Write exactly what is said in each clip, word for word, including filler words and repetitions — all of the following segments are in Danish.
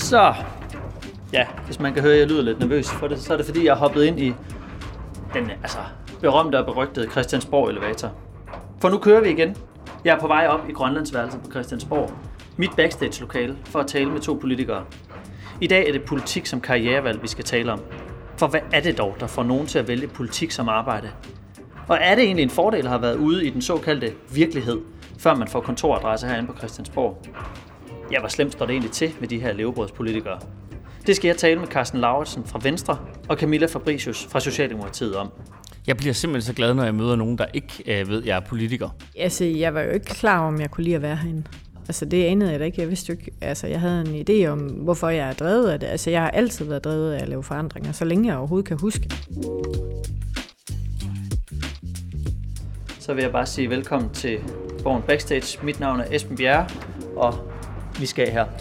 Så, ja, hvis man kan høre, at jeg lyder lidt nervøs for det, så er det fordi, jeg har hoppet ind i den altså, berømte og berygtede Christiansborg-elevator. For nu kører vi igen. Jeg er på vej op i Grønlandsværelset på Christiansborg. Mit backstage-lokale for at tale med to politikere. I dag er det politik som karrierevalg, vi skal tale om. For hvad er det dog, der får nogen til at vælge politik som arbejde? Og er det egentlig en fordel at have været ude i den såkaldte virkelighed, før man får kontoradresse herinde på Christiansborg? Ja, hvor slemt står det egentlig til med de her levebrødspolitikere? Det skal jeg tale med Karsten Lauritzen fra Venstre og Camilla Fabricius fra Socialdemokratiet om. Jeg bliver simpelthen så glad, når jeg møder nogen, der ikke øh, ved, at jeg er politiker. Altså, jeg var jo ikke klar over, om jeg kunne lide at være herinde. Altså, det anede jeg da ikke. Jeg vidste jo ikke, altså, jeg havde en idé om, hvorfor jeg er drevet af det. Altså, jeg har altid været drevet af at lave forandringer, så længe jeg overhovedet kan huske. Så vil jeg bare sige velkommen til Borgen Backstage. Mit navn er Esben Bjerre, og vi skal her.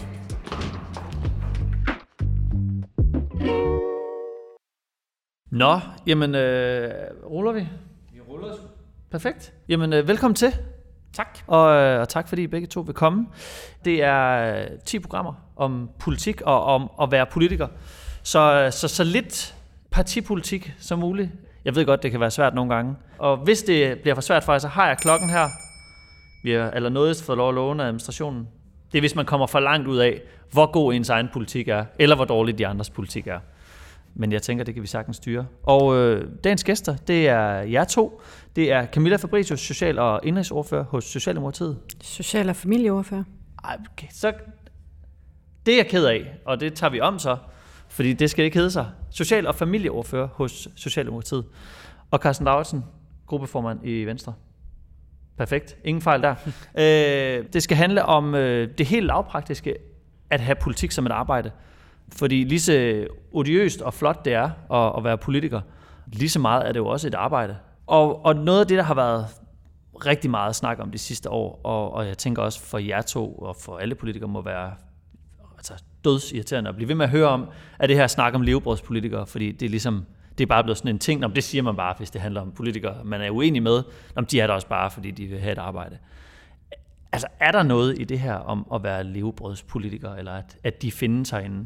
Nå, jamen, øh, ruller vi? Vi ruller sgu. Perfekt. Jamen, øh, velkommen til. Tak. Og, øh, og tak fordi I begge to vil komme. Det er ti programmer om politik og om at være politiker. Så, så, så lidt partipolitik som muligt. Jeg ved godt, det kan være svært nogle gange. Og hvis det bliver for svært for jer, så har jeg klokken her. Vi har allernådigst fået lov at låne administrationen. Det er, hvis man kommer for langt ud af, hvor god ens egen politik er, eller hvor dårlig de andres politik er. Men jeg tænker, det kan vi sagtens styre. Og øh, dagens gæster, det er jer to. Det er Camilla Fabricius, social- og indrigsordfører hos Socialdemokratiet. Social- og familieordfører. Ej, okay. Så det er jeg ked af, og det tager vi om så, fordi det skal ikke hedde sig. Social- og familieordfører hos Socialdemokratiet. Og Karsten Lauritzen, gruppeformand i Venstre. Perfekt. Ingen fejl der. øh, det skal handle om øh, det helt lavpraktiske, at have politik som et arbejde. Fordi lige så odiøst og flot det er at, at være politiker, lige så meget er det jo også et arbejde. Og, og noget af det, der har været rigtig meget snak om de sidste år, og, og jeg tænker også for jer to og for alle politikere må være altså, dødsirriterende at blive ved med at høre om, at det her snak om levebrødspolitikere, fordi det er ligesom, det er bare blevet sådan en ting, om det siger man bare, hvis det handler om politikere, man er uenig med, om de er der også bare, fordi de vil have et arbejde. Altså, er der noget i det her om at være levebrødspolitiker, eller at, at de findes herinde?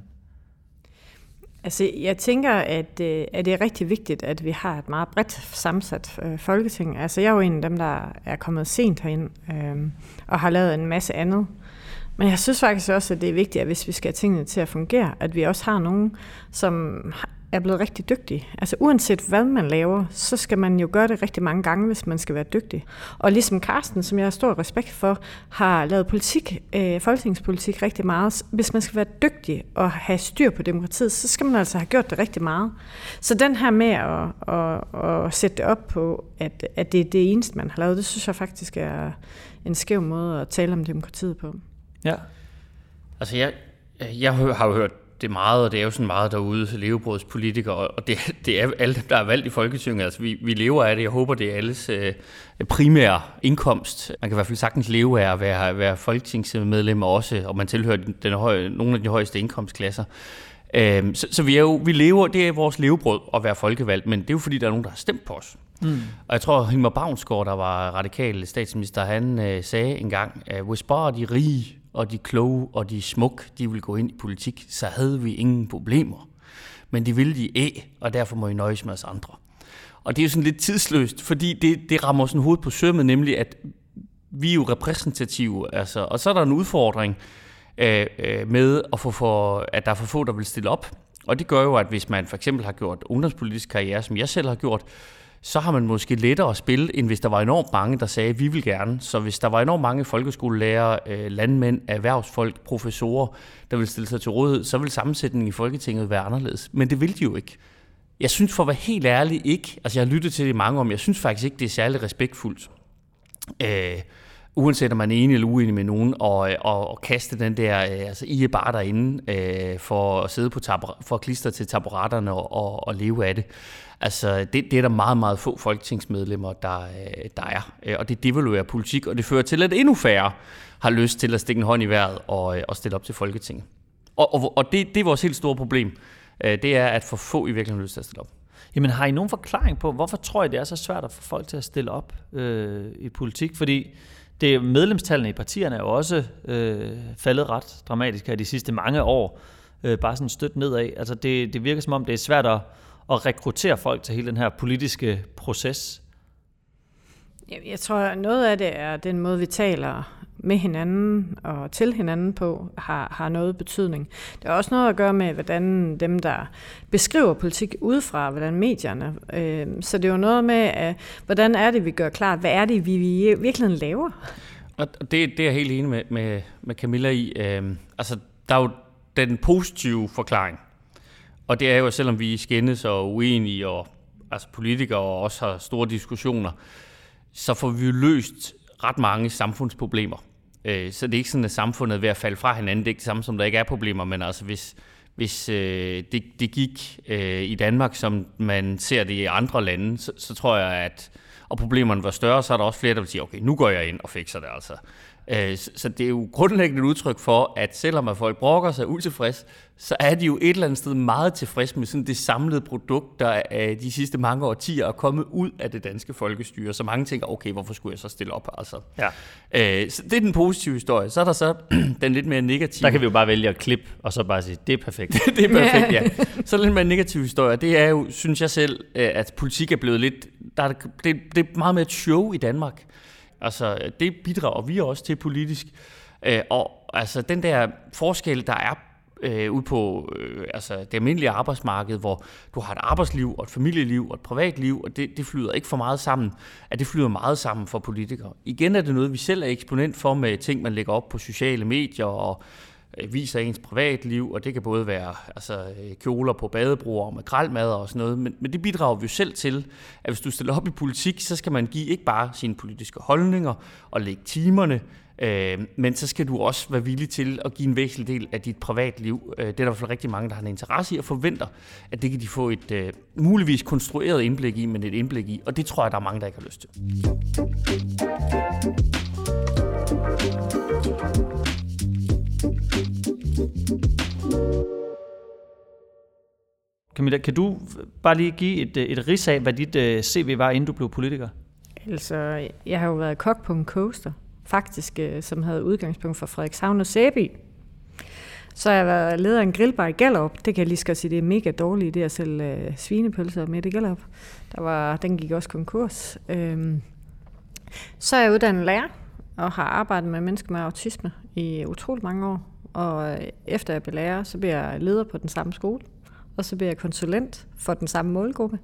Altså, jeg tænker, at, at det er rigtig vigtigt, at vi har et meget bredt sammensat øh, folketing. Altså, jeg er jo en af dem, der er kommet sent herind øh, og har lavet en masse andet. Men jeg synes faktisk også, at det er vigtigt, at hvis vi skal have tingene til at fungere, at vi også har nogen, som er blevet rigtig dygtige. Altså uanset hvad man laver, så skal man jo gøre det rigtig mange gange, hvis man skal være dygtig. Og ligesom Karsten, som jeg har stor respekt for, har lavet politik, øh, folketingspolitik rigtig meget. Hvis man skal være dygtig og have styr på demokratiet, så skal man altså have gjort det rigtig meget. Så den her med at, at, at sætte det op på, at, at det er det eneste, man har lavet, det synes jeg faktisk er en skæv måde at tale om demokratiet på. Ja. Altså jeg, jeg har jo hørt det meget, og det er jo sådan meget derude, levebrødspolitikere, og det, det er alle dem, der er valgt i Folketinget. Altså vi, vi lever af det. Jeg håber, det er alles øh, primære indkomst. Man kan i hvert fald sagtens leve af at være, være folketingsmedlem også, og man tilhører den høje, nogle af de højeste indkomstklasser. Øhm, så så vi, er jo, vi lever, det er vores levebrød at være folkevalgt, men det er jo fordi, der er nogen, der har stemt på os. Mm. Og jeg tror, Hilmar Bavnsgaard, der var radikal statsminister, han øh, sagde engang, at hvis bare de rige og de kloge og de smuk, de ville gå ind i politik, så havde vi ingen problemer. Men det ville de ikke, og derfor må I nøjes med os andre. Og det er jo sådan lidt tidsløst, fordi det, det rammer sådan hovedet på sømmet, nemlig at vi er jo repræsentative, altså, og så er der en udfordring øh, øh, med, at, få for, at der er for få, der vil stille op. Og det gør jo, at hvis man for eksempel har gjort ungdomspolitisk karriere, som jeg selv har gjort, så har man måske lettere at spille, end hvis der var enormt mange, der sagde, vi vil gerne. Så hvis der var enormt mange folkeskolelærere, landmænd, erhvervsfolk, professorer, der ville stille sig til rådighed, så ville sammensætningen i Folketinget være anderledes. Men det vil de jo ikke. Jeg synes for at være helt ærlig ikke, altså jeg har lyttet til det mange om, jeg synes faktisk ikke, det er særlig respektfuldt. Øh, uanset om man er enig eller uenig med nogen, og, og, og kaste den der, altså I er bare derinde øh, for at sidde på tabur- for at klistre til taburetterne og, og, og leve af det. Altså, det, det er der meget, meget få folketingsmedlemmer, der, der er. Og det devaluerer politik, og det fører til, at endnu færre har lyst til at stikke en hånd i vejret og, og stille op til Folketinget. Og, og, og det, det er vores helt store problem. Det er, at for få i virkeligheden har lyst til at stille op. Jamen, har I nogen forklaring på, hvorfor tror I, det er så svært at få folk til at stille op øh, i politik? Fordi det, medlemstallene i partierne er jo også øh, faldet ret dramatisk her de sidste mange år. øh, bare sådan stødt nedad. Altså det, det virker som om, det er svært at, at rekruttere folk til hele den her politiske proces. Jeg, jeg tror, noget af det er den måde, vi taler med hinanden og til hinanden på, har, har noget betydning. Det har også noget at gøre med, hvordan dem, der beskriver politik udefra, hvordan medierne. Øh, så det er jo noget med, at, hvordan er det, vi gør klart, hvad er det, vi, vi virkelig laver? Og det, det er jeg helt enig med, med, med Camilla i. Øh, altså, der er jo den positive forklaring. Og det er jo, selvom vi skændes og uenige, og altså politikere og også har store diskussioner, så får vi jo løst ret mange samfundsproblemer. Så det er ikke sådan, at samfundet er ved at falde fra hinanden. Det er ikke det samme, som der ikke er problemer, men altså hvis, hvis øh, det, det gik øh, i Danmark, som man ser det i andre lande, så, så tror jeg, at og problemerne var større, så er der også flere, der vil sige, okay, nu går jeg ind og fikser det altså. Øh, så, så det er jo grundlæggende et udtryk for, at selvom at folk brokker sig utilfreds, så er de jo et eller andet sted meget tilfreds med sådan det samlede produkt, der er de sidste mange årtier er kommet ud af det danske folkestyre. Så mange tænker, okay, hvorfor skulle jeg så stille op? Altså. Ja. Øh, så det er den positive historie. Så er der så den lidt mere negative. Der kan vi jo bare vælge at klippe, og så bare sige, det er perfekt. det er perfekt, ja. Så lidt mere negative historie, det er jo, synes jeg selv, at politik er blevet lidt, der er, det, det er meget mere et show i Danmark. Altså, det bidrager vi også til politisk. Øh, og altså, den der forskel, der er øh, ude på øh, altså, det almindelige arbejdsmarked, hvor du har et arbejdsliv og et familieliv og et privatliv, og det, det flyder ikke for meget sammen, at det flyder meget sammen for politikere. Igen er det noget, vi selv er eksponent for med ting, man lægger op på sociale medier og øh, viser ens privatliv, og det kan både være altså, kjoler på badebroer og makrelmad og sådan noget, men, men det bidrager vi jo selv til, at hvis du stiller op i politik, så skal man give ikke bare sine politiske holdninger og lægge timerne, øh, men så skal du også være villig til at give en væsentlig del af dit privatliv. Det er der i hvert fald rigtig mange, der har en interesse i og forventer, at det kan de få et øh, muligvis konstrueret indblik i, men et indblik i, og det tror jeg, der er mange, der ikke har lyst til. Camilla, kan du bare lige give et, et rids af, hvad dit uh, C V var, inden du blev politiker? Altså, jeg har jo været kok på en coaster, faktisk, som havde udgangspunkt for Frederikshavn og Sæby. Så har jeg været leder af en grillbar i Gellerup. Det kan jeg lige skal sige, det er mega dårligt, det at sælge uh, svinepølser med i Gellerup. Der var, den gik også konkurs. Øhm, så er jeg uddannet lærer og har arbejdet med mennesker med autisme i utrolig mange år. Og efter jeg blev lærer, så bliver jeg leder på den samme skole. Og så bliver jeg konsulent for den samme målgruppe.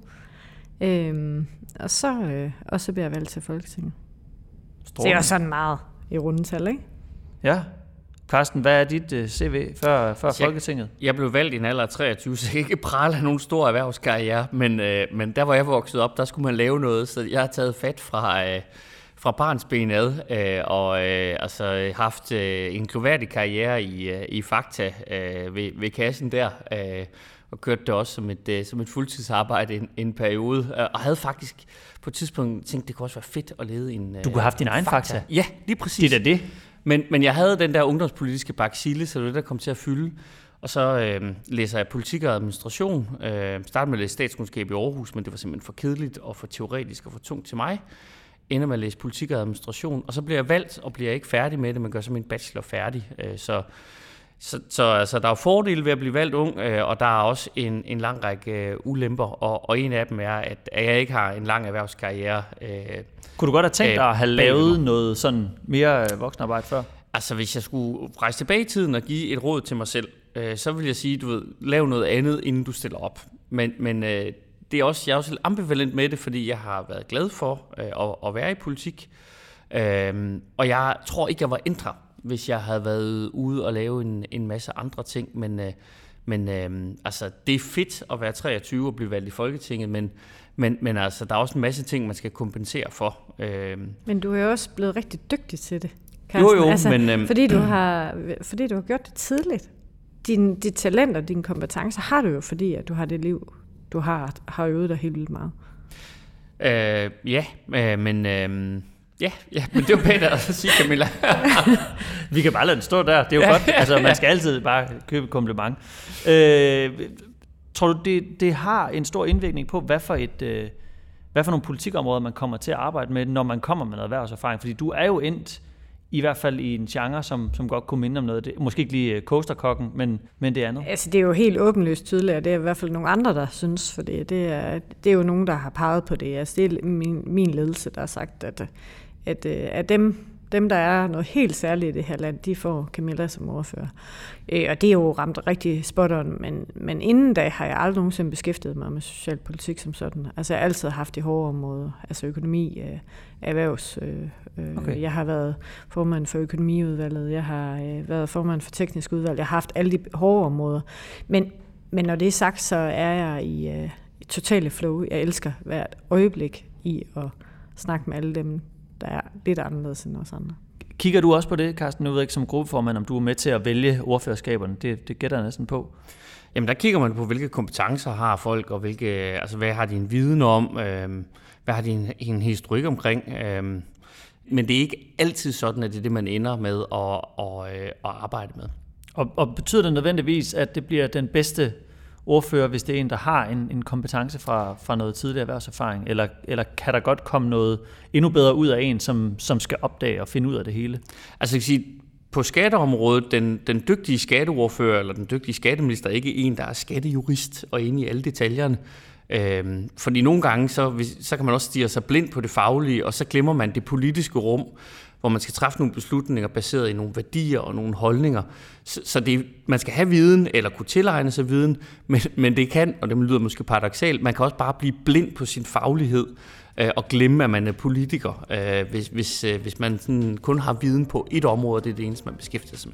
Øhm, og, så, øh, og så bliver jeg valgt til Folketinget. Så det er jo sådan meget i rundetal, ikke? Ja. Carsten, hvad er dit uh, C V før, før jeg, Folketinget? Jeg blev valgt i en alder af treogtyve, så jeg kan ikke prale af nogen stor erhvervskarriere, men, øh, men der, hvor jeg voksede op, der skulle man lave noget, så jeg har taget fat fra... Øh, fra barnsben ad, øh, og øh, altså haft øh, en gloværdig karriere i, øh, i Fakta øh, ved, ved kassen der, øh, og kørte det også som et, øh, som et fuldtidsarbejde en, en periode, øh, og havde faktisk på et tidspunkt tænkt, det kunne også være fedt at lede en øh, Du kunne have haft din egen Fakta? Fakta. Ja, lige præcis. Det er det. Men, men jeg havde den der ungdomspolitiske bacille, så det var det, der kom til at fylde. Og så øh, læser jeg politik og administration. Øh, startede med at læse statskundskab i Aarhus, men det var simpelthen for kedeligt og for teoretisk og for tungt til mig. Ender med at læse politik og administration, og så bliver jeg valgt, og bliver ikke færdig med det, men gør så min bachelor færdig. Så, så, så altså, der er fordele ved at blive valgt ung, og der er også en, en lang række ulemper, og, og en af dem er, at jeg ikke har en lang erhvervskarriere. Kunne du godt have tænkt dig at have lavet noget sådan mere voksenarbejde før? Altså, hvis jeg skulle rejse tilbage i tiden og give et råd til mig selv, så vil jeg sige, du ved, lav noget andet, inden du stiller op. Men, men det er også, jeg er også lidt ambivalent med det, fordi jeg har været glad for øh, at, at være i politik. Øhm, og jeg tror ikke, jeg var ændret, hvis jeg havde været ude og lave en, en masse andre ting. Men, øh, men øh, altså, det er fedt at være treogtyve og blive valgt i Folketinget, men, men, men altså, der er også en masse ting, man skal kompensere for. Øhm. Men du er jo også blevet rigtig dygtig til det, Carsten. Jo, jo, altså, men... Øh, fordi, du har, fordi du har gjort det tidligt. Din, dit talent og dine kompetencer har du jo, fordi at du har det liv, du har, har øvet dig helt vildt meget. Øh, ja, øh, men... Øh, ja, ja, men det var pænt at sige, Camilla. Vi kan bare lade den stå der, det er jo ja, godt. Altså, man skal altid bare købe kompliment. Øh, tror du, det, det har en stor indvirkning på, hvad for, et, øh, hvad for nogle politikområder, man kommer til at arbejde med, når man kommer med noget erhvervserfaring? Fordi du er jo endt i hvert fald i en genre, som, som godt kunne minde om noget. Det, måske ikke lige coasterkokken, men, men det andet. Altså, det er jo helt åbenlyst tydeligt, og det er i hvert fald nogle andre, der synes, for det, det, er, det er jo nogen, der har peget på det. Altså, det er min, min ledelse, der har sagt, at, at, at dem, dem, der er noget helt særligt i det her land, de får Camilla som ordfører. Og det er jo ramt rigtig spot on, men, men inden da har jeg aldrig nogensinde beskæftiget mig med socialpolitik som sådan. Altså, jeg har altid haft de hårde områder, altså økonomi, erhvervs. Okay. Jeg har været formand for økonomiudvalget, jeg har været formand for teknisk udvalg, jeg har haft alle de hårde områder. Men, men når det er sagt, så er jeg i, i totale flow. Jeg elsker hvert øjeblik i at snakke med alle dem, der er lidt anderledes end os andre. Kigger du også på det, Carsten? Nu ved jeg ikke som gruppeformand, om du er med til at vælge ordførerskaberne. Det, det gætter jeg næsten på. Jamen, der kigger man på, hvilke kompetencer har folk, og hvilke, altså, hvad har de en viden om, øh, hvad har de en, en historik omkring. Øh, men det er ikke altid sådan, at det er det, man ender med at, og, øh, at arbejde med. Og, og betyder det nødvendigvis, at det bliver den bedste ordfører, hvis det er en, der har en, en kompetence fra, fra noget tidligere erhvervserfaring, eller, eller kan der godt komme noget endnu bedre ud af en, som, som skal opdage og finde ud af det hele? Altså jeg kan sige, på skatteområdet, den, den dygtige skatteordfører, eller den dygtige skatteminister, er ikke en, der er skattejurist og inde i alle detaljerne. Øhm, fordi nogle gange, så, så kan man også stirre sig blind på det faglige, og så glemmer man det politiske rum, hvor man skal træffe nogle beslutninger baseret i nogle værdier og nogle holdninger. Så, så det, man skal have viden, eller kunne tilegne sig viden, men, men det kan, og det lyder måske paradoksalt, man kan også bare blive blind på sin faglighed, øh, og glemme, at man er politiker, øh, hvis, hvis, øh, hvis man sådan kun har viden på et område, det er det eneste, man beskæftiger sig med.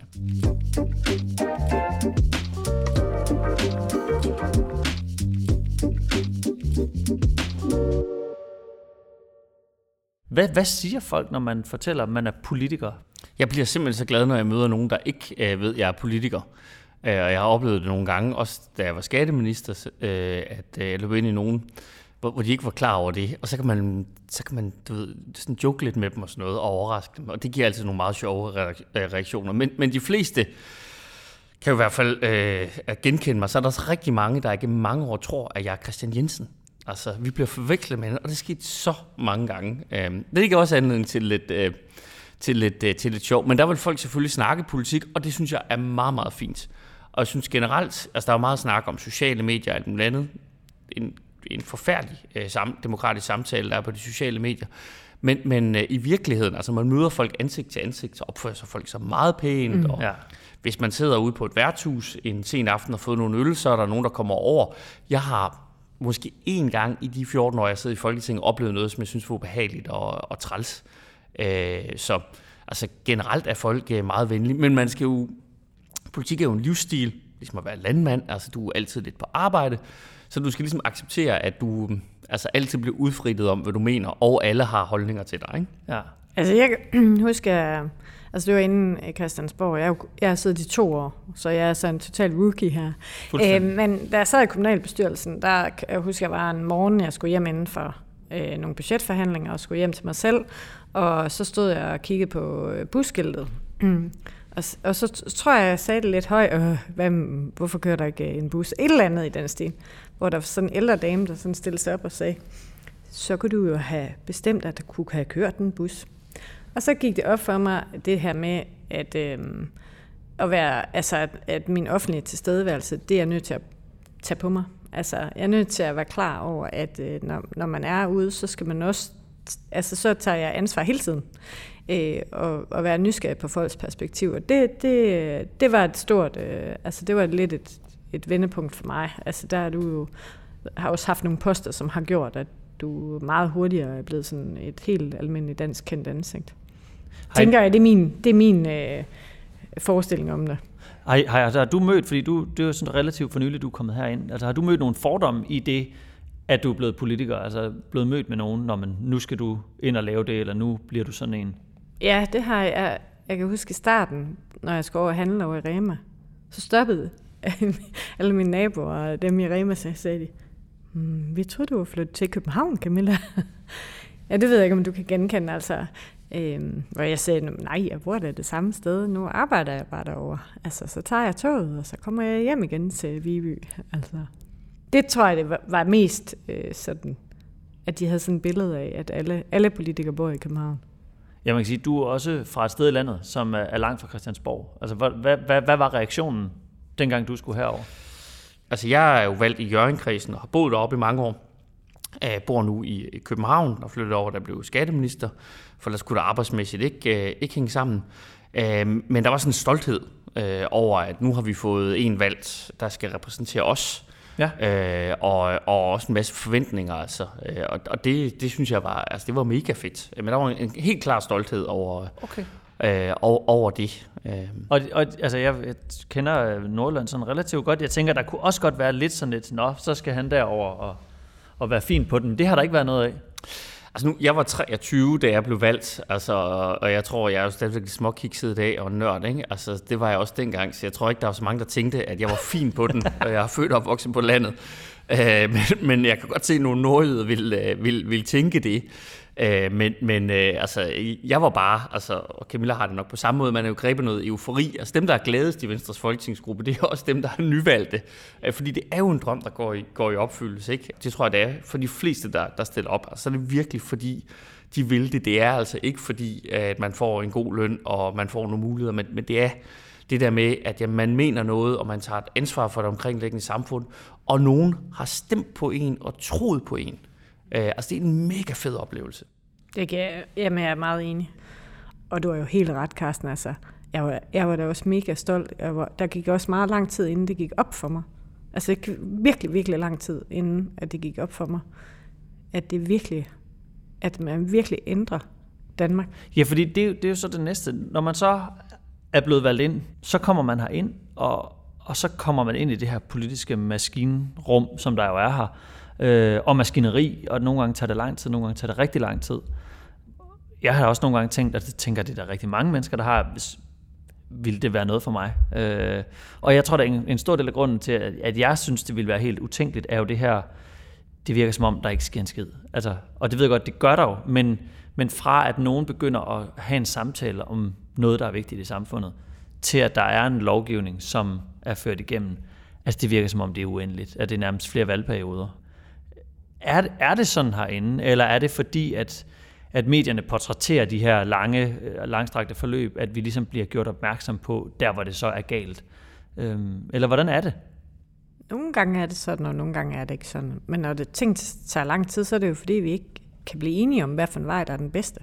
Hvad, hvad siger folk, når man fortæller, at man er politiker? Jeg bliver simpelthen så glad, når jeg møder nogen, der ikke øh, ved, at jeg er politiker. Øh, og jeg har oplevet det nogle gange, også da jeg var skatteminister, øh, at øh, jeg løb ind i nogen, hvor, hvor de ikke var klar over det. Og så kan man, så kan man du ved, sådan joke lidt med dem og sådan noget, og overraske dem. Og det giver altid nogle meget sjove reaktioner. Men, men de fleste kan jo i hvert fald øh, genkende mig. Så er der også rigtig mange, der ikke mange år tror, at jeg er Christian Jensen. Altså, vi bliver forvekslet med hende, og det skete så mange gange. Det er ikke også anledning til lidt, til, lidt, til lidt sjov, men der vil folk selvfølgelig snakke politik, og det synes jeg er meget, meget fint. Og jeg synes generelt, altså der er meget snak om sociale medier og alt muligt andet. En, en forfærdelig øh, sam, demokratisk samtale, der er på de sociale medier. Men, men øh, i virkeligheden, altså man møder folk ansigt til ansigt, så opfører sig folk så meget pænt, mm. og ja. Hvis man sidder ude på et værtshus en sen aften og fået nogle øl, så er der nogen, der kommer over. Jeg har måske én gang i de fjorten år, jeg sidder i Folketinget, oplevet noget, som jeg synes var ubehageligt og, og træls. Øh, så altså, generelt er folk meget venlige, men man skal jo, politik er jo en livsstil, ligesom at være landmand, altså du er altid lidt på arbejde, så du skal ligesom acceptere, at du altså, altid bliver udfrittet om, hvad du mener, og alle har holdninger til dig, ikke? Ja. Altså jeg husker, altså det var inden Christiansborg, jeg, jeg har siddet i to år, så jeg er så en total rookie her. Æ, men da jeg sad i kommunalbestyrelsen, der jeg husker jeg var en morgen, jeg skulle hjem inden for øh, nogle budgetforhandlinger, og skulle hjem til mig selv, og så stod jeg og kiggede på busskiltet. Mm. Og, og så tror jeg, jeg sagde det lidt højt, øh, hvad, hvorfor kører der ikke en bus? Et eller andet i den stil, hvor der var sådan en ældre dame, der sådan stillede sig op og sagde, så kunne du jo have bestemt, at der kunne have kørt en bus. Og så gik det op for mig, det her med, at, øh, at, være, altså, at, at min offentlige tilstedeværelse, det er jeg nødt til at tage på mig. Altså, jeg er nødt til at være klar over, at øh, når, når man er ude, så skal man også, altså så tager jeg ansvar hele tiden. Øh, og, og være nysgerrig på folks perspektiver. Det, det, det var et stort, øh, altså det var lidt et, et vendepunkt for mig. Altså der er du jo, har også haft nogle poster, som har gjort, at du meget hurtigere er blevet sådan et helt almindeligt dansk kendt ansigt. Hej. Tænker jeg, det er min, det er min øh, forestilling om det. Hej, hej, altså har du mødt, fordi du, det er jo sådan relativt for nylig, du er kommet herind, altså har du mødt nogle fordomme i det, at du er blevet politiker, altså blevet mødt med nogen, når man, nu skal du ind og lave det, eller nu bliver du sådan en? Ja, det har jeg. Jeg kan huske i starten, når jeg skulle over og handle over i Rema, så stoppede alle mine naboer og dem i Rema, så sagde de, hmm, vi troede, du var flyttet til København, Camilla. Ja, det ved jeg ikke, om du kan genkende, altså. Øhm, hvor jeg sagde, nej, jeg bor da det samme sted, nu arbejder jeg bare derovre. Altså, så tager jeg toget, og så kommer jeg hjem igen til Viby. Altså, det tror jeg, det var, var mest øh, sådan, at de havde sådan et billede af, at alle, alle politikere bor i København. Ja, man kan sige, du er også fra et sted i landet, som er langt fra Christiansborg. Altså, hvad, hvad, hvad var reaktionen, dengang du skulle herover? Altså, jeg er jo valgt i Hjørring-kredsen og har boet deroppe i mange år. Jeg bor nu i København og flyttede over, der blev skatteminister, for der skulle der arbejdsmæssigt ikke, ikke hænge sammen. Men der var sådan en stolthed over, at nu har vi fået en valgt, der skal repræsentere os. Ja. Og, og også en masse forventninger. Altså. Og det, det synes jeg var, altså, det var mega fedt. Men der var en helt klar stolthed over, okay. øh, over, over det. Og, og altså, jeg, jeg kender Nordjylland sådan relativt godt. Jeg tænker, der kunne også godt være lidt sådan lidt, nå, så skal han derover og og være fin på den. Det har der ikke været noget af. Altså nu, jeg var treogtyve, da jeg blev valgt, altså, og jeg tror, jeg er jo stadigvæk småkikset i dag og nørd, ikke? Altså, det var jeg også dengang, så jeg tror ikke, der var så mange, der tænkte, at jeg var fin på den, og jeg er født og opvokset på landet. Uh, men, men jeg kan godt se, at nogle nordjyder vil, uh, vil, vil tænke det. Uh, men men uh, altså, jeg var bare, altså, og Camilla har det nok på samme måde, man er jo grebet noget eufori. Altså dem, der er gladest i Venstres folketingsgruppe, det er også dem, der er nyvalgte. Uh, fordi det er jo en drøm, der går i, går i opfyldelse, ikke? Det tror jeg, det er for de fleste, der, der stiller op. Altså, så er det virkelig, fordi de vil det. Det er altså ikke fordi, at man får en god løn, og man får nogle muligheder, men, men det er det der med, at ja, man mener noget, og man tager et ansvar for det omkringliggende samfund, og nogen har stemt på en og troet på en. Uh, altså, det er en mega fed oplevelse. Det kan jeg, jamen, jeg er meget enig. Og du er jo helt ret, Carsten. Altså, jeg, var, jeg var da også mega stolt. Jeg var, der gik også meget lang tid, inden det gik op for mig. Altså virkelig, virkelig lang tid, inden at det gik op for mig. At det virkelig, at man virkelig ændrer Danmark. Ja, fordi det, det er jo så det næste. Når man så er blevet valgt ind, så kommer man her ind, og, og så kommer man ind i det her politiske maskinrum, som der jo er her. Øh, og maskineri, og nogle gange tager det lang tid, nogle gange tager det rigtig lang tid. Jeg har også nogle gange tænkt, at det tænker, at det er der rigtig mange mennesker, der har, hvis, vil det være noget for mig? Øh, og jeg tror, at en, en stor del af grunden til, at, at jeg synes, det ville være helt utænkeligt, er jo det her, det virker som om, der ikke sker en skid. Altså, og det ved jeg godt, det gør der jo, men, men fra at nogen begynder at have en samtale om noget, der er vigtigt i samfundet, til at der er en lovgivning, som er ført igennem, altså det virker som om, det er uendeligt, at det er nærmest flere valgperioder. Er det, er det sådan herinde, eller er det fordi, at, at medierne portrætterer de her lange, langstrakte forløb, at vi ligesom bliver gjort opmærksom på, der hvor det så er galt? Øhm, eller hvordan er det? Nogle gange er det sådan, og nogle gange er det ikke sådan. Men når det ting tager lang tid, så er det jo fordi, vi ikke kan blive enige om, hvad for en vej, der er den bedste.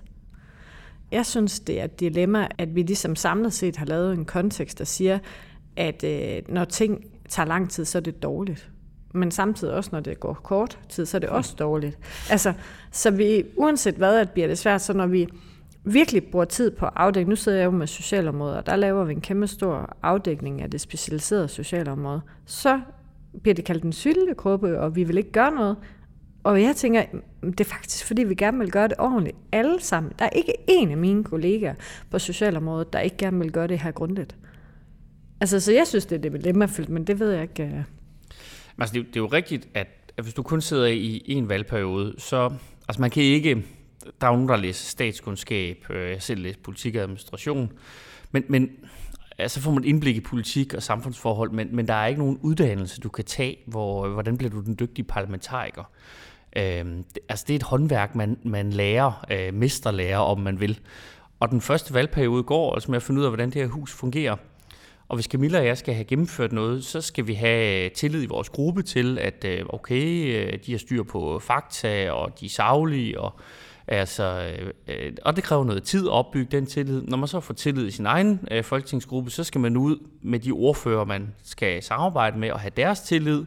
Jeg synes, det er et dilemma, at vi ligesom samlet set har lavet en kontekst, der siger, at øh, når ting tager lang tid, så er det dårligt. Men samtidig også, når det går kort tid, så er det også dårligt. Altså, så vi, uanset hvad, at bliver det svært, så når vi virkelig bruger tid på afdækning, nu sidder jeg jo med socialområder, og der laver vi en kæmpe stor afdækning af det specialiserede socialområde, så bliver det kaldt en syltekruppe, og vi vil ikke gøre noget. Og jeg tænker, det er faktisk, fordi vi gerne vil gøre det ordentligt. Alle sammen. Der er ikke en af mine kollegaer på socialområdet, der ikke gerne vil gøre det her grundigt. Altså, så jeg synes, det er det dilemmafyldt, men det ved jeg ikke. Altså, det, det er jo rigtigt, at, at hvis du kun sidder i en valgperiode, så altså man kan ikke, der er jo nogen, der læser statskundskab, jeg selv læser politik og administration, men, men altså får man indblik i politik og samfundsforhold, men, men der er ikke nogen uddannelse, du kan tage, hvor, hvordan bliver du den dygtige parlamentariker. Øhm, altså det er et håndværk, man, man lærer, øh, mesterlærer, om man vil. Og den første valgperiode går altså med at finde ud af, hvordan det her hus fungerer. Og hvis Camilla og jeg skal have gennemført noget, så skal vi have tillid i vores gruppe til, at okay, de har styr på fakta, og de er saglige, og, altså, og det kræver noget tid at opbygge den tillid. Når man så får tillid i sin egen folketingsgruppe, så skal man ud med de ordfører, man skal samarbejde med, og have deres tillid.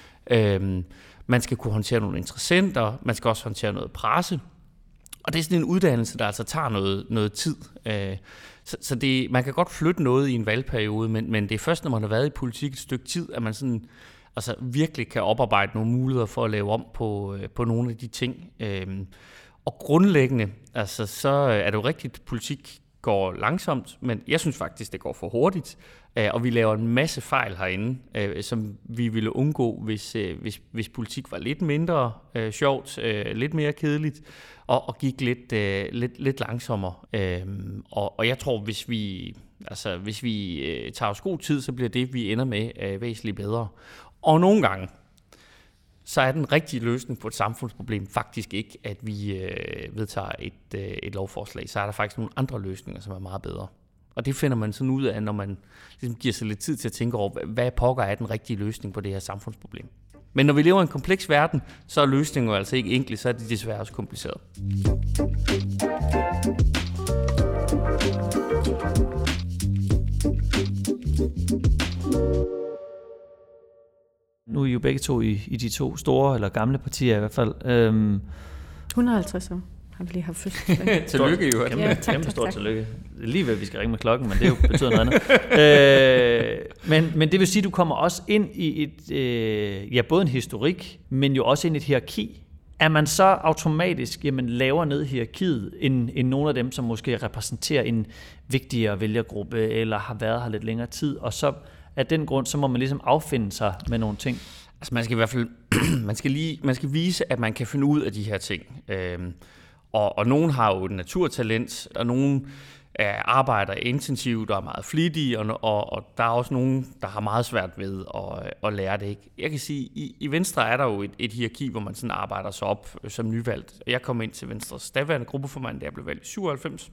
Man skal kunne håndtere nogle interessenter, man skal også håndtere noget presse. Og det er sådan en uddannelse, der altså tager noget, noget tid. Så, så det, man kan godt flytte noget i en valgperiode, men, men det er først, når man har været i politik et stykke tid, at man sådan, altså virkelig kan oparbejde nogle muligheder for at lave om på, på nogle af de ting. Og grundlæggende, altså, så er det jo rigtigt, at politik går langsomt, men jeg synes faktisk, det går for hurtigt. Og vi laver en masse fejl herinde, som vi ville undgå, hvis, hvis, hvis politik var lidt mindre øh, sjovt, øh, lidt mere kedeligt, og, og gik lidt, øh, lidt, lidt langsommere. Øhm, og, og jeg tror, hvis vi, altså, hvis vi øh, tager os god tid, så bliver det, vi ender med, øh, væsentligt bedre. Og nogle gange, så er den rigtige løsning på et samfundsproblem faktisk ikke, at vi øh, vedtager et, øh, et lovforslag. Så er der faktisk nogle andre løsninger, som er meget bedre. Og det finder man sådan ud af, når man ligesom giver sig lidt tid til at tænke over, hvad pokker er den rigtige løsning på det her samfundsproblem. Men når vi lever i en kompleks verden, så er løsningen jo altså ikke enkelt, så er det desværre også kompliceret. Nu er I jo begge to i, i de to store, eller gamle partier i hvert fald. Øhm, et hundrede og halvtreds år har vi lige haft fødselsdag. Tillykke, jo. Kæmpe, Ja, tak, kæmpe tak, stort tak. tillykke. Det er lige ved, at vi skal ringe med klokken, men det jo betyder noget andet. øh, men, men det vil sige, at du kommer også ind i et, øh, ja, både en historik, men jo også ind i et hierarki. Er man så automatisk jamen, lavere ned i hierarkiet, end, end nogle af dem, som måske repræsenterer en vigtigere vælgergruppe, eller har været her lidt længere tid, og så af den grund, så må man ligesom affinde sig med nogle ting? Altså man skal i hvert fald, man skal lige, man skal vise, at man kan finde ud af de her ting. Øhm, og, og nogen har jo et naturtalent, og nogen er, arbejder intensivt og er meget flittige, og, og, og der er også nogen, der har meget svært ved at, at lære det. Ikke? Jeg kan sige, i, i Venstre er der jo et, et hierarki, hvor man sådan arbejder sig op som nyvalgt. Jeg kom ind til Venstres daværende gruppeformand, da jeg blev valgt i syvoghalvfems.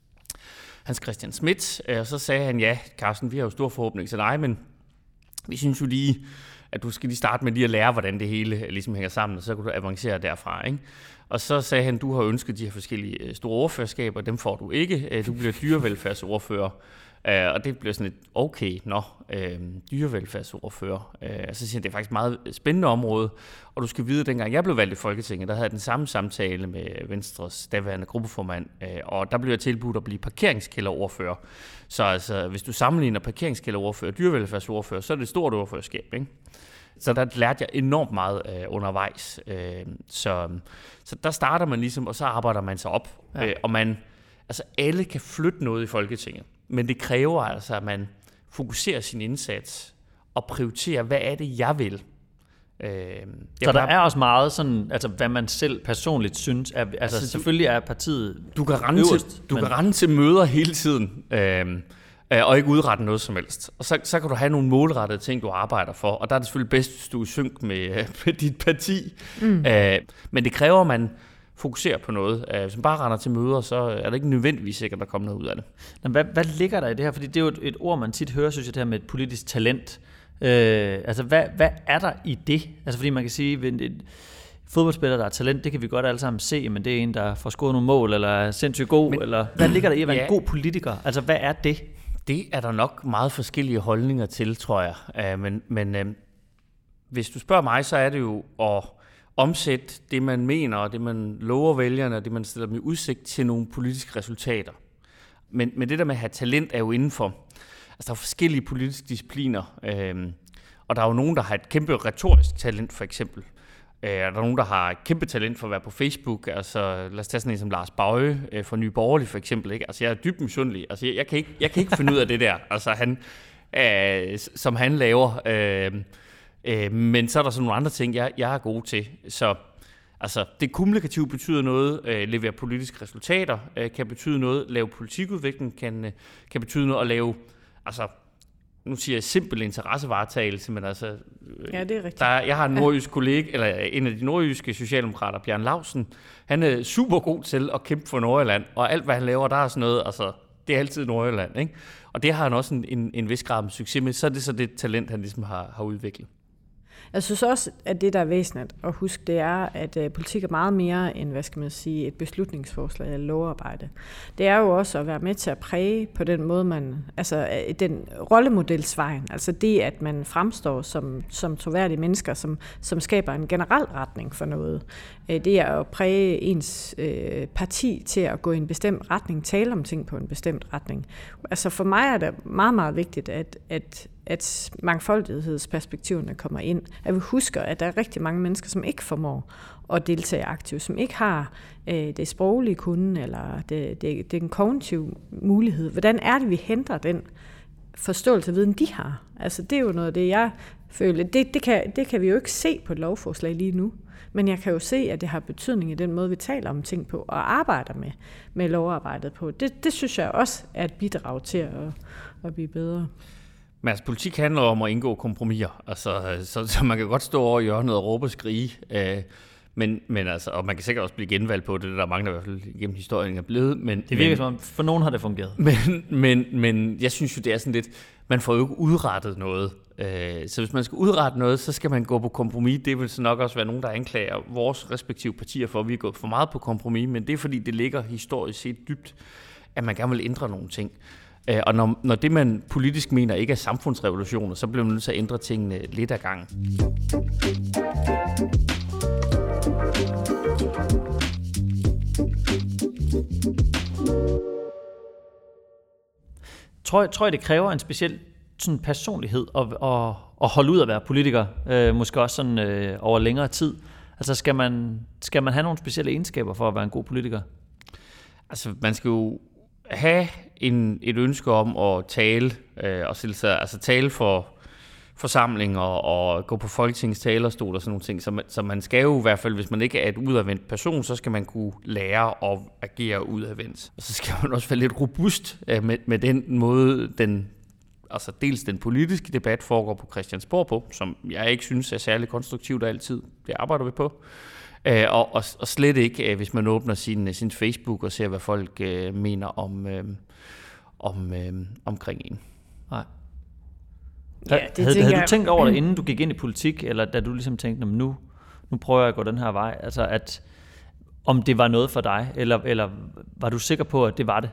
Hans Christian Schmidt, og så sagde han, ja, Carsten, vi har jo stor forhåbning til dig, men vi synes jo lige, at du skal lige starte med lige at lære, hvordan det hele ligesom hænger sammen, og så kan du avancere derfra, ikke? Og så sagde han, du har ønsket de her forskellige store ordførerskaber, dem får du ikke. Du bliver dyrevelfærdsordfører, og det bliver sådan lidt, okay, nå, dyrevelfærdsordfører. Så siger han, det er faktisk et meget spændende område, og du skal vide, at dengang jeg blev valgt i Folketinget, der havde jeg den samme samtale med Venstres daværende gruppeformand, og der blev jeg tilbudt at blive parkeringskælderordfører. Så altså, hvis du sammenligner parkeringskælderordfører og dyrevelfærdsordfører, så er det et stort ordførerskab, ikke? Så der lærte jeg enormt meget øh, undervejs. Øh, så, så der starter man ligesom, og så arbejder man sig op. Ja. Øh, og man, altså alle kan flytte noget i Folketinget, men det kræver altså, at man fokuserer sin indsats og prioriterer, hvad er det, jeg vil. Øh, jeg så der er også meget sådan, altså hvad man selv personligt synes, er, altså, altså selvfølgelig er partiet du kan rende øverst, til, du men... kan rende til møder hele tiden, øh, og ikke udrette noget som helst. Og så, så kan du have nogle målrettede ting, du arbejder for, og der er det selvfølgelig bedst, hvis du er i synk med, med dit parti. Mm. Øh, men det kræver, at man fokuserer på noget. Øh, hvis man bare render til møder, så er det ikke nødvendigvis sikkert, at der kommer noget ud af det. Men hvad, hvad ligger der i det her? Fordi det er jo et, et ord, man tit hører, synes jeg, det her med et politisk talent. Øh, altså, hvad, hvad er der i det? Altså, fordi man kan sige, at et fodboldspiller, der er talent, det kan vi godt alle sammen se, men det er en, der får scoret nogle mål, eller er sindssygt god, men, eller hvad ligger der i at være ja. en god politiker? Altså, hvad er det? Det er der nok meget forskellige holdninger til, tror jeg. Uh, men men uh, hvis du spørger mig, så er det jo at omsætte det, man mener, og det, man lover vælgerne, og det, man stiller dem i udsigt til nogle politiske resultater. Men, men det der med at have talent er jo indenfor. Altså, der er forskellige politiske discipliner, uh, og der er jo nogen, der har et kæmpe retorisk talent, for eksempel. Uh, der er nogen, der har et kæmpe talent for at være på Facebook. Altså, lad os tage sådan en som Lars Bøje uh, fra Nye Borgerlige, for eksempel. Ikke? Altså, jeg er dybt misundelig. Altså, jeg, jeg, kan ikke, jeg kan ikke finde ud af det der, altså, han, uh, som han laver. Uh, uh, men så er der sådan nogle andre ting, jeg, jeg er god til. Så altså, det kommunikative betyder noget. Uh, levere politiske resultater uh, kan betyde noget. Lave politikudvikling kan, uh, kan betyde noget. At lave, altså... Nu siger jeg simpel interessevaretagelse, men altså... Ja, det er rigtigt. Der, jeg har en nordjysk kollega, eller en af de nordjyske socialdemokrater, Bjørn Lausen. Han er super god til at kæmpe for Nordjylland, og alt, hvad han laver, der er sådan noget, altså, det er altid Nordjylland, ikke? Og det har han også en, en, en vis grad med succes med, så er det så det talent, han ligesom har, har udviklet. Jeg synes også, at det, der er væsentligt at huske, det er, at uh, politik er meget mere end, hvad skal man sige, et beslutningsforslag eller lovarbejde. Det er jo også at være med til at præge på den måde, man, altså den rollemodelsvejen, altså det, at man fremstår som, som troværdige mennesker, som, som skaber en generel retning for noget. Uh, det er at præge ens uh, parti til at gå i en bestemt retning, tale om ting på en bestemt retning. Altså for mig er det meget, meget vigtigt, at, at at mangfoldighedsperspektiverne kommer ind. At vi husker, at der er rigtig mange mennesker, som ikke formår at deltage aktivt, som ikke har øh, det sproglige kunde, eller det, det, den kognitive mulighed. Hvordan er det, vi henter den forståelse og viden, de har? Altså, det er jo noget af det, jeg føler. Det, det, kan, det kan vi jo ikke se på et lovforslag lige nu. Men jeg kan jo se, at det har betydning i den måde, vi taler om ting på, og arbejder med, med lovarbejdet på. Det, det synes jeg også er et bidrag til at, at blive bedre. Men altså, politik handler om at indgå kompromiser. Altså, så, så man kan godt stå over i hjørnet og råbe og skrige. Øh, men, men altså, og man kan sikkert også blive genvalgt på det. Der er mange, der i hvert fald igennem historien er blevet. Men, det virker men, som om, for nogen har det fungeret. Men, men, men jeg synes jo, det er sådan lidt, man får jo ikke udrettet noget. Øh, så hvis man skal udrette noget, så skal man gå på kompromis. Det vil så nok også være nogen, der anklager vores respektive partier for, at vi er gået for meget på kompromis. Men det er fordi, det ligger historisk set dybt, at man gerne vil ændre nogle ting. Og når, når det, man politisk mener, ikke er samfundsrevolutioner, så bliver man nødt til at ændre tingene lidt ad gangen. Tror jeg, tror jeg, det kræver en speciel sådan personlighed at, at, at holde ud at være politiker, øh, måske også sådan øh, over længere tid. Altså skal man, skal man have nogle specielle egenskaber for at være en god politiker? Altså man skal jo have en, et ønske om at tale, øh, og sig, altså tale for forsamlinger og gå på Folketingets talerstol og sådan nogle ting. Så man, så man skal jo i hvert fald, hvis man ikke er et udadvendt person, så skal man kunne lære at agere udadvendt. Og så skal man også være lidt robust øh, med, med den måde, den, altså dels den politiske debat foregår på Christiansborg på, som jeg ikke synes er særlig konstruktivt altid. Det arbejder vi på. Øh, og, og, og slet ikke, øh, hvis man åbner sin, sin Facebook og ser, hvad folk øh, mener om, øh, om øh, omkring en. Nej. Ja, det havde, havde jeg... du tænkt over det, inden du gik ind i politik, eller da du ligesom tænkte, nu, nu prøver jeg at gå den her vej, altså at, om det var noget for dig, eller, eller var du sikker på, at det var det?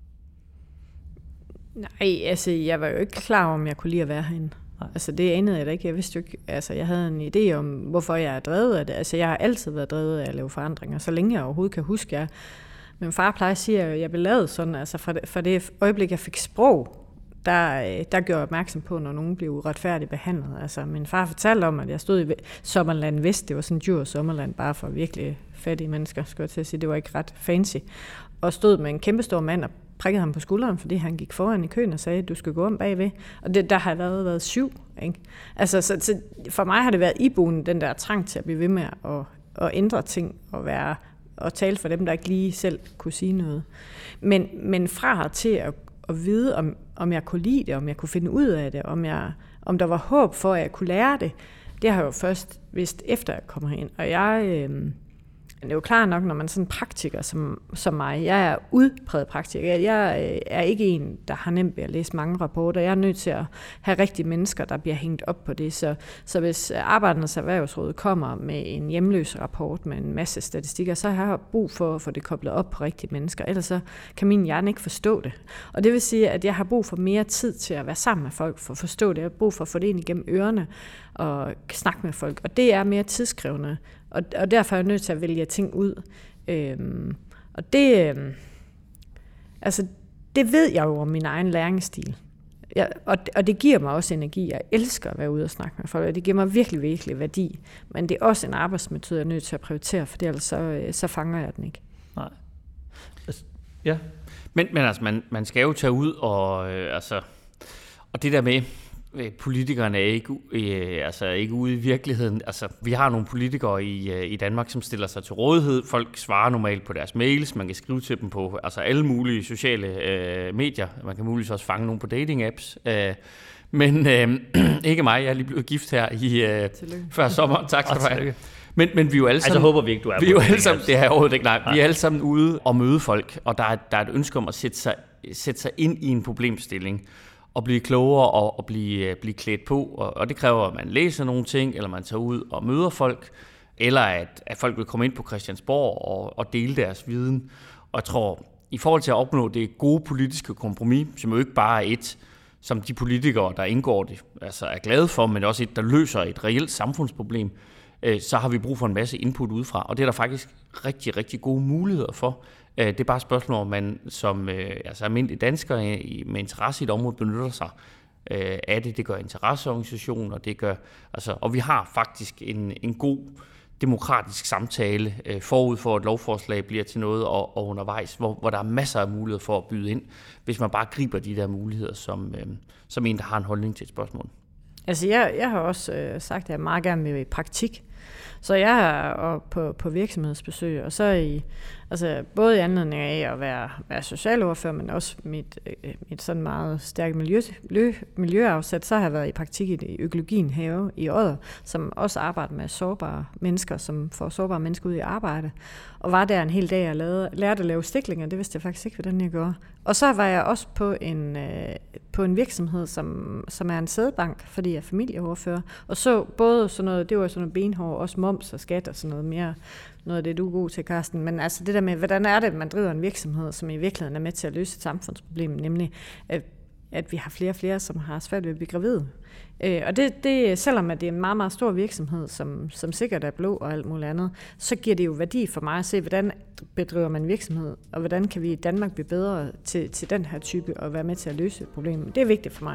Nej, altså jeg var jo ikke klar over, om jeg kunne lide at være herinde. Nej. Altså det anede jeg da ikke. Jeg vidste jo ikke, altså jeg havde en idé om, hvorfor jeg er drevet af det. Altså jeg har altid været drevet af at lave forandringer, så længe jeg overhovedet kan huske jer. Min far plejer at sige, at jeg blev lavet sådan, altså fra det, fra det øjeblik, jeg fik sprog, der, der gjorde jeg opmærksom på, når nogen blev uretfærdigt behandlet. Altså min far fortalte om, at jeg stod i Sommerland Vest, det var sådan en dyr sommerland, bare for virkelig fattige mennesker, skulle jeg til at sige. Det var ikke ret fancy. Og stod med en kæmpestor mand og prikkede ham på skulderen, fordi han gik foran i køen og sagde, at du skal gå om bagved. Og det, der har været, været syv. Ikke? Altså, så, så for mig har det været iboende, den der trang til at blive ved med at, at ændre ting og, være, og tale for dem, der ikke lige selv kunne sige noget. Men, men fra til at, at vide, om, om jeg kunne lide det, om jeg kunne finde ud af det, om, jeg, om der var håb for, at jeg kunne lære det, det har jeg jo først vidst, efter jeg kommer herind. Og jeg... Øh, det er jo klart nok, når man er sådan en praktiker som, som mig. Jeg er udpræget praktiker. Jeg er ikke en, der har nemt ved at læse mange rapporter. Jeg er nødt til at have rigtige mennesker, der bliver hængt op på det. Så, så hvis Arbejdernes Erhvervsråd kommer med en hjemløs rapport med en masse statistikker, så har jeg brug for at få det koblet op på rigtige mennesker. Ellers så kan min hjerne ikke forstå det. Og det vil sige, at jeg har brug for mere tid til at være sammen med folk, for at forstå det. Jeg har brug for at få det ind igennem ørerne og snakke med folk. Og det er mere tidskrævende. Og, og derfor er jeg nødt til at vælge ting ud. Øhm, og det, øhm, altså, det ved jeg jo om min egen læringsstil. Jeg, og, og det giver mig også energi. Jeg elsker at være ude og snakke med folk, og det giver mig virkelig, virkelig værdi. Men det er også en arbejdsmetode, jeg er nødt til at prioritere, for ellers så, så fanger jeg den ikke. Nej. Altså, ja. Men, men altså, man, man skal jo tage ud, og, øh, altså, og det der med... Politikerne er ikke, øh, altså ikke ude i virkeligheden. Altså, vi har nogle politikere i, øh, i Danmark, som stiller sig til rådighed. Folk svarer normalt på deres mails. Man kan skrive til dem på altså alle mulige sociale øh, medier. Man kan muligvis også fange nogen på dating-apps. Øh, men øh, ikke mig. Jeg er lige blevet gift her i øh, før sommer. Tak skal du have. Men, men vi er jo alle sammen... Altså håber vi ikke, du er vi er jo alle sammen, det er jeg overhovedet ikke. Nej, nej. Vi er alle sammen ude og møde folk. Og der er, der er et ønske om at sætte sig, sætte sig ind i en problemstilling. Og blive klogere og, og blive, blive klædt på. Og, og det kræver, at man læser nogle ting, eller man tager ud og møder folk, eller at, at folk vil komme ind på Christiansborg og, og dele deres viden. Og jeg tror, i forhold til at opnå det gode politiske kompromis, som jo ikke bare er et, som de politikere, der indgår det, altså er glade for, men også et, der løser et reelt samfundsproblem, øh, så har vi brug for en masse input udefra. Og det er der faktisk rigtig, rigtig gode muligheder for. Det er bare et spørgsmål, om man som øh, altså almindelig dansker med interesse i et område benytter sig øh, af det. Det gør interesseorganisationer, det gør, altså, og vi har faktisk en, en god demokratisk samtale øh, forud for, at lovforslag bliver til noget og, og undervejs, hvor, hvor der er masser af muligheder for at byde ind, hvis man bare griber de der muligheder som, øh, som en, der har en holdning til et spørgsmål. Altså jeg, jeg har også øh, sagt, at jeg meget gerne vil i praktik. Så jeg er på, på virksomhedsbesøg, og så i, altså både i anledning af at være, være socialordfører, men også mit, mit sådan meget stærke miljø, miljø, miljøafsæt, så har jeg været i praktik i Økologien Have i Odder, som også arbejder med sårbare mennesker, som får sårbare mennesker ud i arbejde. Og var der en hel dag og lavede, lærte at lave stiklinger, det vidste jeg faktisk ikke, hvordan jeg gjorde. Og så var jeg også på en, øh, på en virksomhed, som, som er en sædebank, fordi jeg er familieordfører, og så både sådan noget, det var sådan noget benhår, også moms og skat og sådan noget mere, noget af det, du er god til, Carsten. Men altså det der med, hvordan er det, man driver en virksomhed, som i virkeligheden er med til at løse et samfundsproblem, nemlig at, at vi har flere og flere, som har svært ved at blive gravide. Øh, og det, det, selvom at det er en meget, meget stor virksomhed, som, som sikkert er blå og alt muligt andet, så giver det jo værdi for mig at se, hvordan bedriver man virksomhed, og hvordan kan vi i Danmark blive bedre til, til den her type og være med til at løse problemet. Det er vigtigt for mig.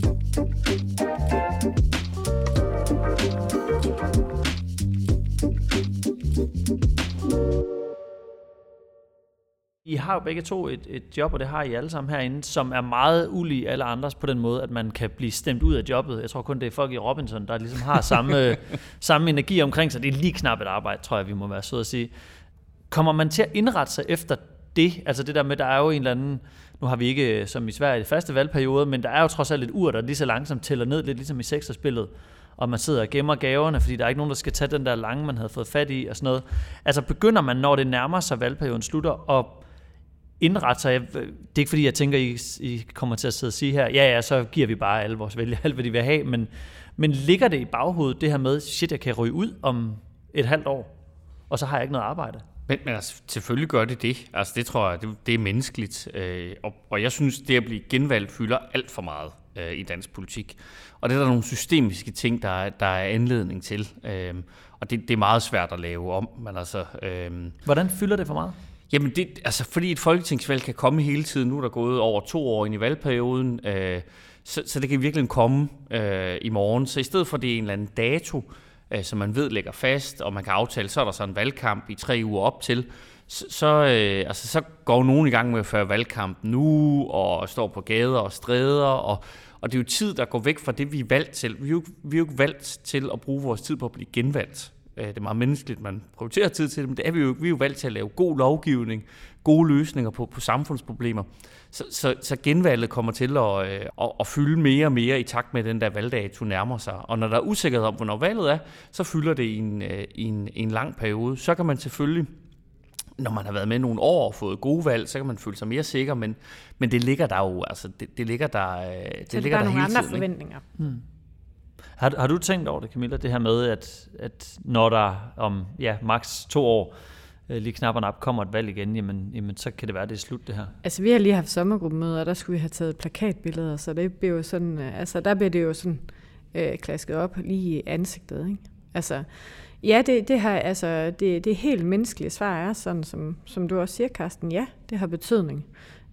I har jo begge to et, et job, og det har I alle sammen herinde, som er meget ulig alle andres på den måde, at man kan blive stemt ud af jobbet. Jeg tror kun, det er folk i Robinson, der ligesom har samme, samme energi omkring sig. Det er lige knap et arbejde, tror jeg, vi må være søde at sige. Kommer man til at indrette sig efter det? Altså det der med, der er jo en eller anden, nu har vi ikke som i Sverige det faste valgperiode, men der er jo trods alt et ur, der lige så langsomt tæller ned, lidt ligesom i seksårsspillet, og man sidder og gemmer gaverne, fordi der er ikke nogen, der skal tage den der lange, man havde fået fat i og sådan noget. Altså begynder man, når det nærmer sig valgperioden slutter, og indrette sig. Det er ikke fordi, jeg tænker, I, I kommer til at sidde og sige her, ja, ja, så giver vi bare alle vores vælgere alt, hvad de vil have, men, men ligger det i baghovedet, det her med, shit, jeg kan ryge ud om et halvt år, og så har jeg ikke noget arbejde? Men, men altså, selvfølgelig gør det det. Altså, det tror jeg, det, det er menneskeligt. Øh, og, og jeg synes, det at blive genvalgt fylder alt for meget øh, i dansk politik. Og det er der nogle systemiske ting, der er, der er anledning til. Øh, og det, det er meget svært at lave om. Men altså, øh, hvordan fylder det for meget? Jamen, det, altså, fordi et folketingsvalg kan komme hele tiden. Nu er der gået over to år ind i valgperioden, øh, så, så det kan virkelig komme øh, i morgen. Så i stedet for, det er en eller anden dato, øh, som man ved ligger fast, og man kan aftale, så er der så en valgkamp i tre uger op til, så, så, øh, altså, så går nogen i gang med at føre valgkamp nu, og står på gader og stræder, og, og det er jo tid, der går væk fra det, vi er valgt til. Vi er jo, vi er jo ikke valgt til at bruge vores tid på at blive genvalgt. Det er meget menneskeligt, man prioriterer tid til det, men det er vi jo, vi er jo valgt til at lave god lovgivning, gode løsninger på, på samfundsproblemer. Så, så, så genvalget kommer til at, at, at fylde mere og mere i takt med den der valgdato nærmer sig. Og når der er usikkerhed om, hvornår valget er, så fylder det i en, i en, i en lang periode. Så kan man selvfølgelig, når man har været med nogle år og fået gode valg, så kan man føle sig mere sikker, men, men det ligger der jo, altså det, det ligger der, det så ligger der der hele nogle andre tiden, forventninger. Hmm. Har, har du tænkt over det, Camilla, det her med, at, at når der om ja, maks to år øh, lige knapperne op kommer et valg igen, jamen, jamen så kan det være, det er slut det her? Altså vi har lige haft sommergruppemøder, og der skulle vi have taget plakatbilleder, så det bliver jo sådan, altså der bliver det jo sådan øh, klasket op lige i ansigtet, ikke? Altså ja, det, det, har, altså, det, det helt menneskelige svar er sådan, som, som du også siger, Carsten, ja, det har betydning.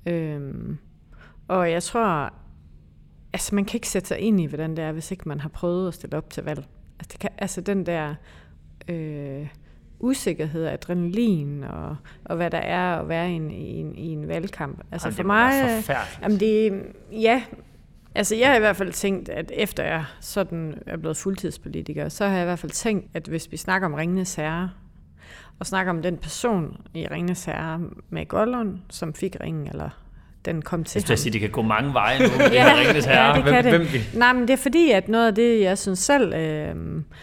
Øhm, og jeg tror, altså man kan ikke sætte sig ind i, hvordan det er, hvis ikke man har prøvet at stille op til valg. Altså, det kan, altså den der øh, usikkerhed, adrenalin og, og hvad der er at være i en, i en, i en valgkamp. Altså Ej, for mig, jamen det, ja, altså jeg har i hvert fald tænkt, at efter jeg sådan er blevet fuldtidspolitiker, så har jeg i hvert fald tænkt, at hvis vi snakker om Ringenes Herre, og snakker om den person i Ringenes Herre med Gollum, som fik ringen, eller den kom til ham. Jeg sige, det kan gå mange veje nu. Det ja, Ringenes Herre. Ja, det kan hvem, det. Hvem Nej, men det er fordi, at noget af det, jeg synes selv, øh,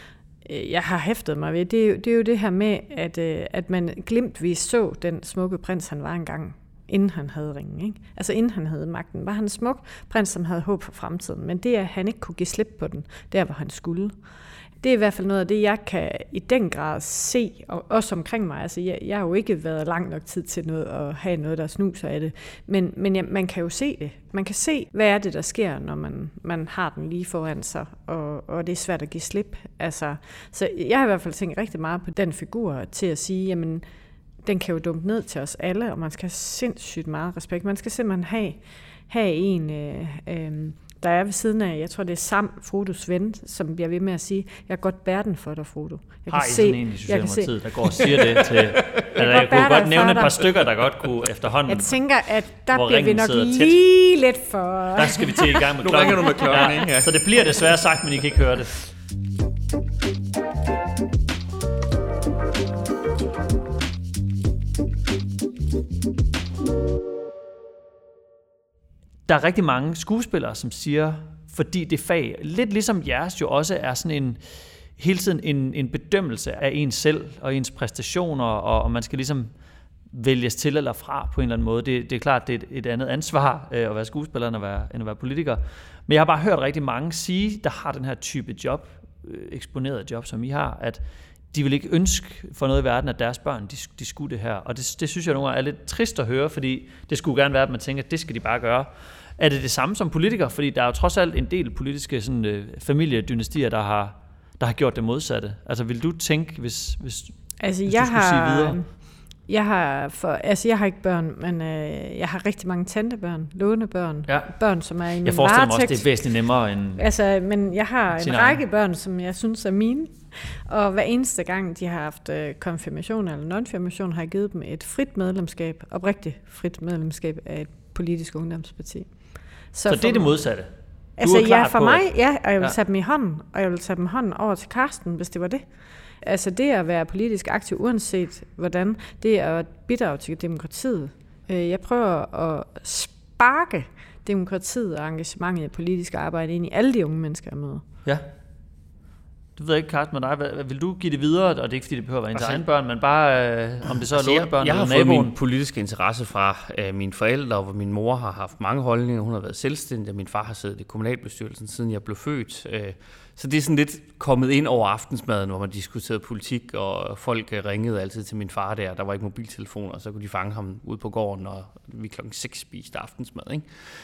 jeg har hæftet mig ved, det er, jo, det er jo det her med, at, øh, at man glimtvis så den smukke prins, han var engang, inden han havde ringen. Ikke? Altså inden han havde magten. Var han en smuk prins, som havde håb for fremtiden. Men det, at han ikke kunne give slip på den, der hvor han skulle. Det er i hvert fald noget af det, jeg kan i den grad se, og også omkring mig. Altså, jeg, jeg har jo ikke været lang nok tid til noget at have noget, der snuser af det. Men, men ja, man kan jo se det. Man kan se, hvad er det, der sker, når man, man har den lige foran sig, og, og det er svært at give slip. Altså, så jeg har i hvert fald tænkt rigtig meget på den figur til at sige, jamen, den kan jo dumpe ned til os alle, og man skal have sindssygt meget respekt. Man skal simpelthen have, have en... Øh, øh, der er ved siden af, jeg tror det er Sam, Frodos ven, som bliver ved med at sige, jeg kan godt bære den for dig, Frodo. Jeg har I sådan en i Socialdemokratiet, der går og siger det til... jeg, altså, jeg kunne godt nævne et par stykker, der godt kunne efterhånden... Jeg tænker, at der bliver vi nok lige tæt. Lidt for... Der skal vi til i gang med klokken. Nu ringer du med klokken, ja, ikke? Ja. Så det bliver desværre sagt, men I kan ikke høre det. der er rigtig mange skuespillere, som siger, fordi det fag, lidt ligesom jeres jo også er sådan en, hele tiden en, en bedømmelse af ens selv og ens præstationer, og, og man skal ligesom vælges til eller fra på en eller anden måde. Det, det er klart, det er et, et andet ansvar øh, at være skuespiller end at være, end at være politiker. Men jeg har bare hørt rigtig mange sige, der har den her type job, øh, eksponeret job, som I har, at de vil ikke ønske for noget i verden, at deres børn, de, de skulle det her. Og det, det synes jeg nogle gange er lidt trist at høre, fordi det skulle gerne være, at man tænker, at det skal de bare gøre. Er det det samme som politiker? Fordi der er jo trods alt en del politiske sådan, øh, familiedynastier, der har, der har gjort det modsatte. Altså vil du tænke, hvis, hvis, altså, hvis jeg du skulle har, sige videre? Jeg har, for, altså, jeg har ikke børn, men øh, jeg har rigtig mange tantebørn, lånebørn, ja. børn, som er i min Jeg forestiller mig varetægt. også, det er væsentligt nemmere end... Altså, men jeg har en egen. række børn, som jeg synes er mine, og hver eneste gang, de har haft øh, konfirmation eller non-firmation, har jeg givet dem et frit medlemskab, oprigtigt frit medlemskab af et politisk ungdomsparti. Så, Så det er det modsatte? Altså ja, for på, mig, ja, og jeg vil ja. tage dem i hånden, og jeg vil tage dem hånden over til Karsten, hvis det var det. Altså det at være politisk aktiv, uanset hvordan, det er at bidrage til demokratiet. Jeg prøver at sparke demokratiet og engagementet i politisk arbejde ind i alle de unge mennesker, jeg møder. Ja. Du ved ikke, Karsten, med dig, hvad, vil du give det videre? Og det er ikke, fordi det behøver at være ens egen børn, men bare, øh, om det så er altså, lånebørn jeg, eller naboen. Jeg har naboen. fået min politiske interesse fra øh, mine forældre, hvor min mor har haft mange holdninger. Hun har været selvstændig, og min far har siddet i kommunalbestyrelsen, siden jeg blev født. Øh, så det er sådan lidt kommet ind over aftensmaden, hvor man diskuterede politik, og folk ringede altid til min far der. Der var ikke mobiltelefoner, og så kunne de fange ham ude på gården, og vi klokken seks spiste aftensmad, ikke?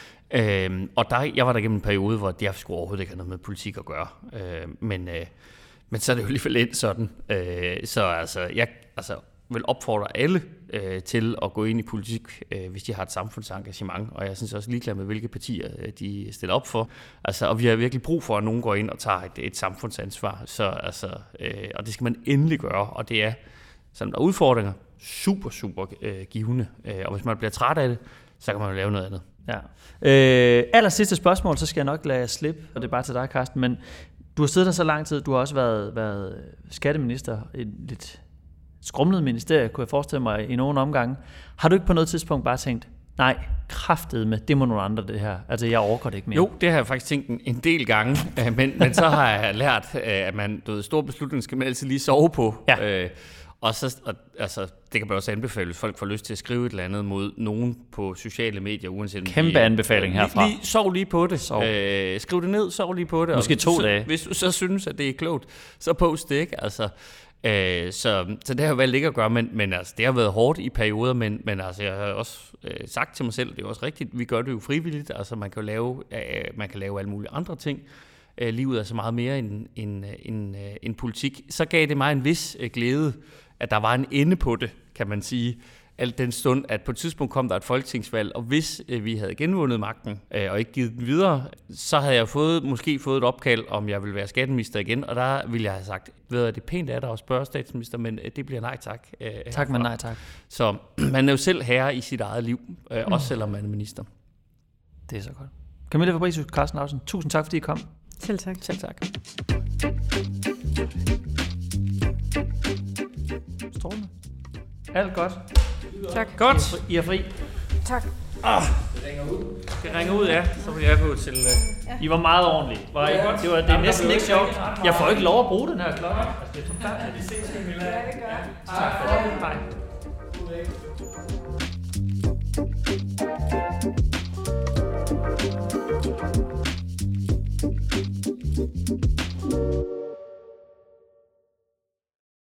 Øhm, og der, jeg var der gennem en periode, hvor jeg skulle overhovedet ikke have noget med politik at gøre. Øh, men, øh, men så er det jo alligevel ind sådan. Øh, så altså, jeg altså, vil opfordre alle øh, til at gå ind i politik, øh, hvis de har et samfundsengagement. Og jeg synes også ligeglad med, hvilke partier øh, de stiller op for. Altså, og vi har virkelig brug for, at nogen går ind og tager et, et samfundsansvar. Så, altså, øh, og det skal man endelig gøre. Og det er, selvom der er udfordringer, super, super øh, givende. Øh, og hvis man bliver træt af det, så kan man jo lave noget andet. Ja. Øh, aller sidste spørgsmål, så skal jeg nok lade slippe, og det er bare til dig, Karsten, men du har siddet der så lang tid, du har også været, været skatteminister i et lidt skrumlet ministerie, kunne jeg forestille mig, i nogle omgange. Har du ikke på noget tidspunkt bare tænkt, nej, kraftedeme, det må nogle andre det her, altså jeg overgår det ikke mere? Jo, det har jeg faktisk tænkt en, en del gange, men, men så har jeg lært, at man, du ved, store beslutninger skal man altid lige sove på. Ja. Øh, Og så, og, altså, det kan man også anbefale, hvis folk får lyst til at skrive et eller andet mod nogen på sociale medier, uanset... Kæmpe de, anbefaling herfra. Lige, sov lige på det. Sov. Øh, skriv det ned, sov lige på det. Måske og, to så, dage. Hvis du så synes, at det er klogt, så post det, ikke? Altså, øh, så, så det har jeg valgt ikke at gøre, men, men altså, det har været hårdt i perioder, men, men altså, jeg har også øh, sagt til mig selv, det er også rigtigt, vi gør det jo frivilligt, altså man kan jo lave, øh, man kan lave alle mulige andre ting. Øh, livet er så meget mere end, end, end, end politik. Så gav det mig en vis øh, glæde, at der var en ende på det, kan man sige. Alt den stund, at på et tidspunkt kom der et folketingsvalg, og hvis øh, vi havde genvundet magten øh, og ikke givet den videre, så havde jeg fået, måske fået et opkald, om jeg ville være skatteminister igen, og der ville jeg have sagt, ved du, det er pænt af dig at spørge statsminister, men øh, det bliver nej tak. Øh, tak, men nej tak. Så man er jo selv herre i sit eget liv, øh, mm. også selvom man er minister. Det er så godt. Camilla Fabricius, Karsten Lauritzen, tusind tak, fordi I kom. Selv tak. Selv tak. Strålende. Alt godt. Tak. Godt. I er fri. Tak. Ah, det ringer ud. Det ringer ud, ja. Så vil jeg gå til... Uh... Ja. I var meget ordentlige. Var I godt? Det var det er næsten ikke sjovt. Jeg får ikke lov at bruge den her klokke. Altså, det er forfærdeligt. Ja, det gør jeg. Tak for det. Hej.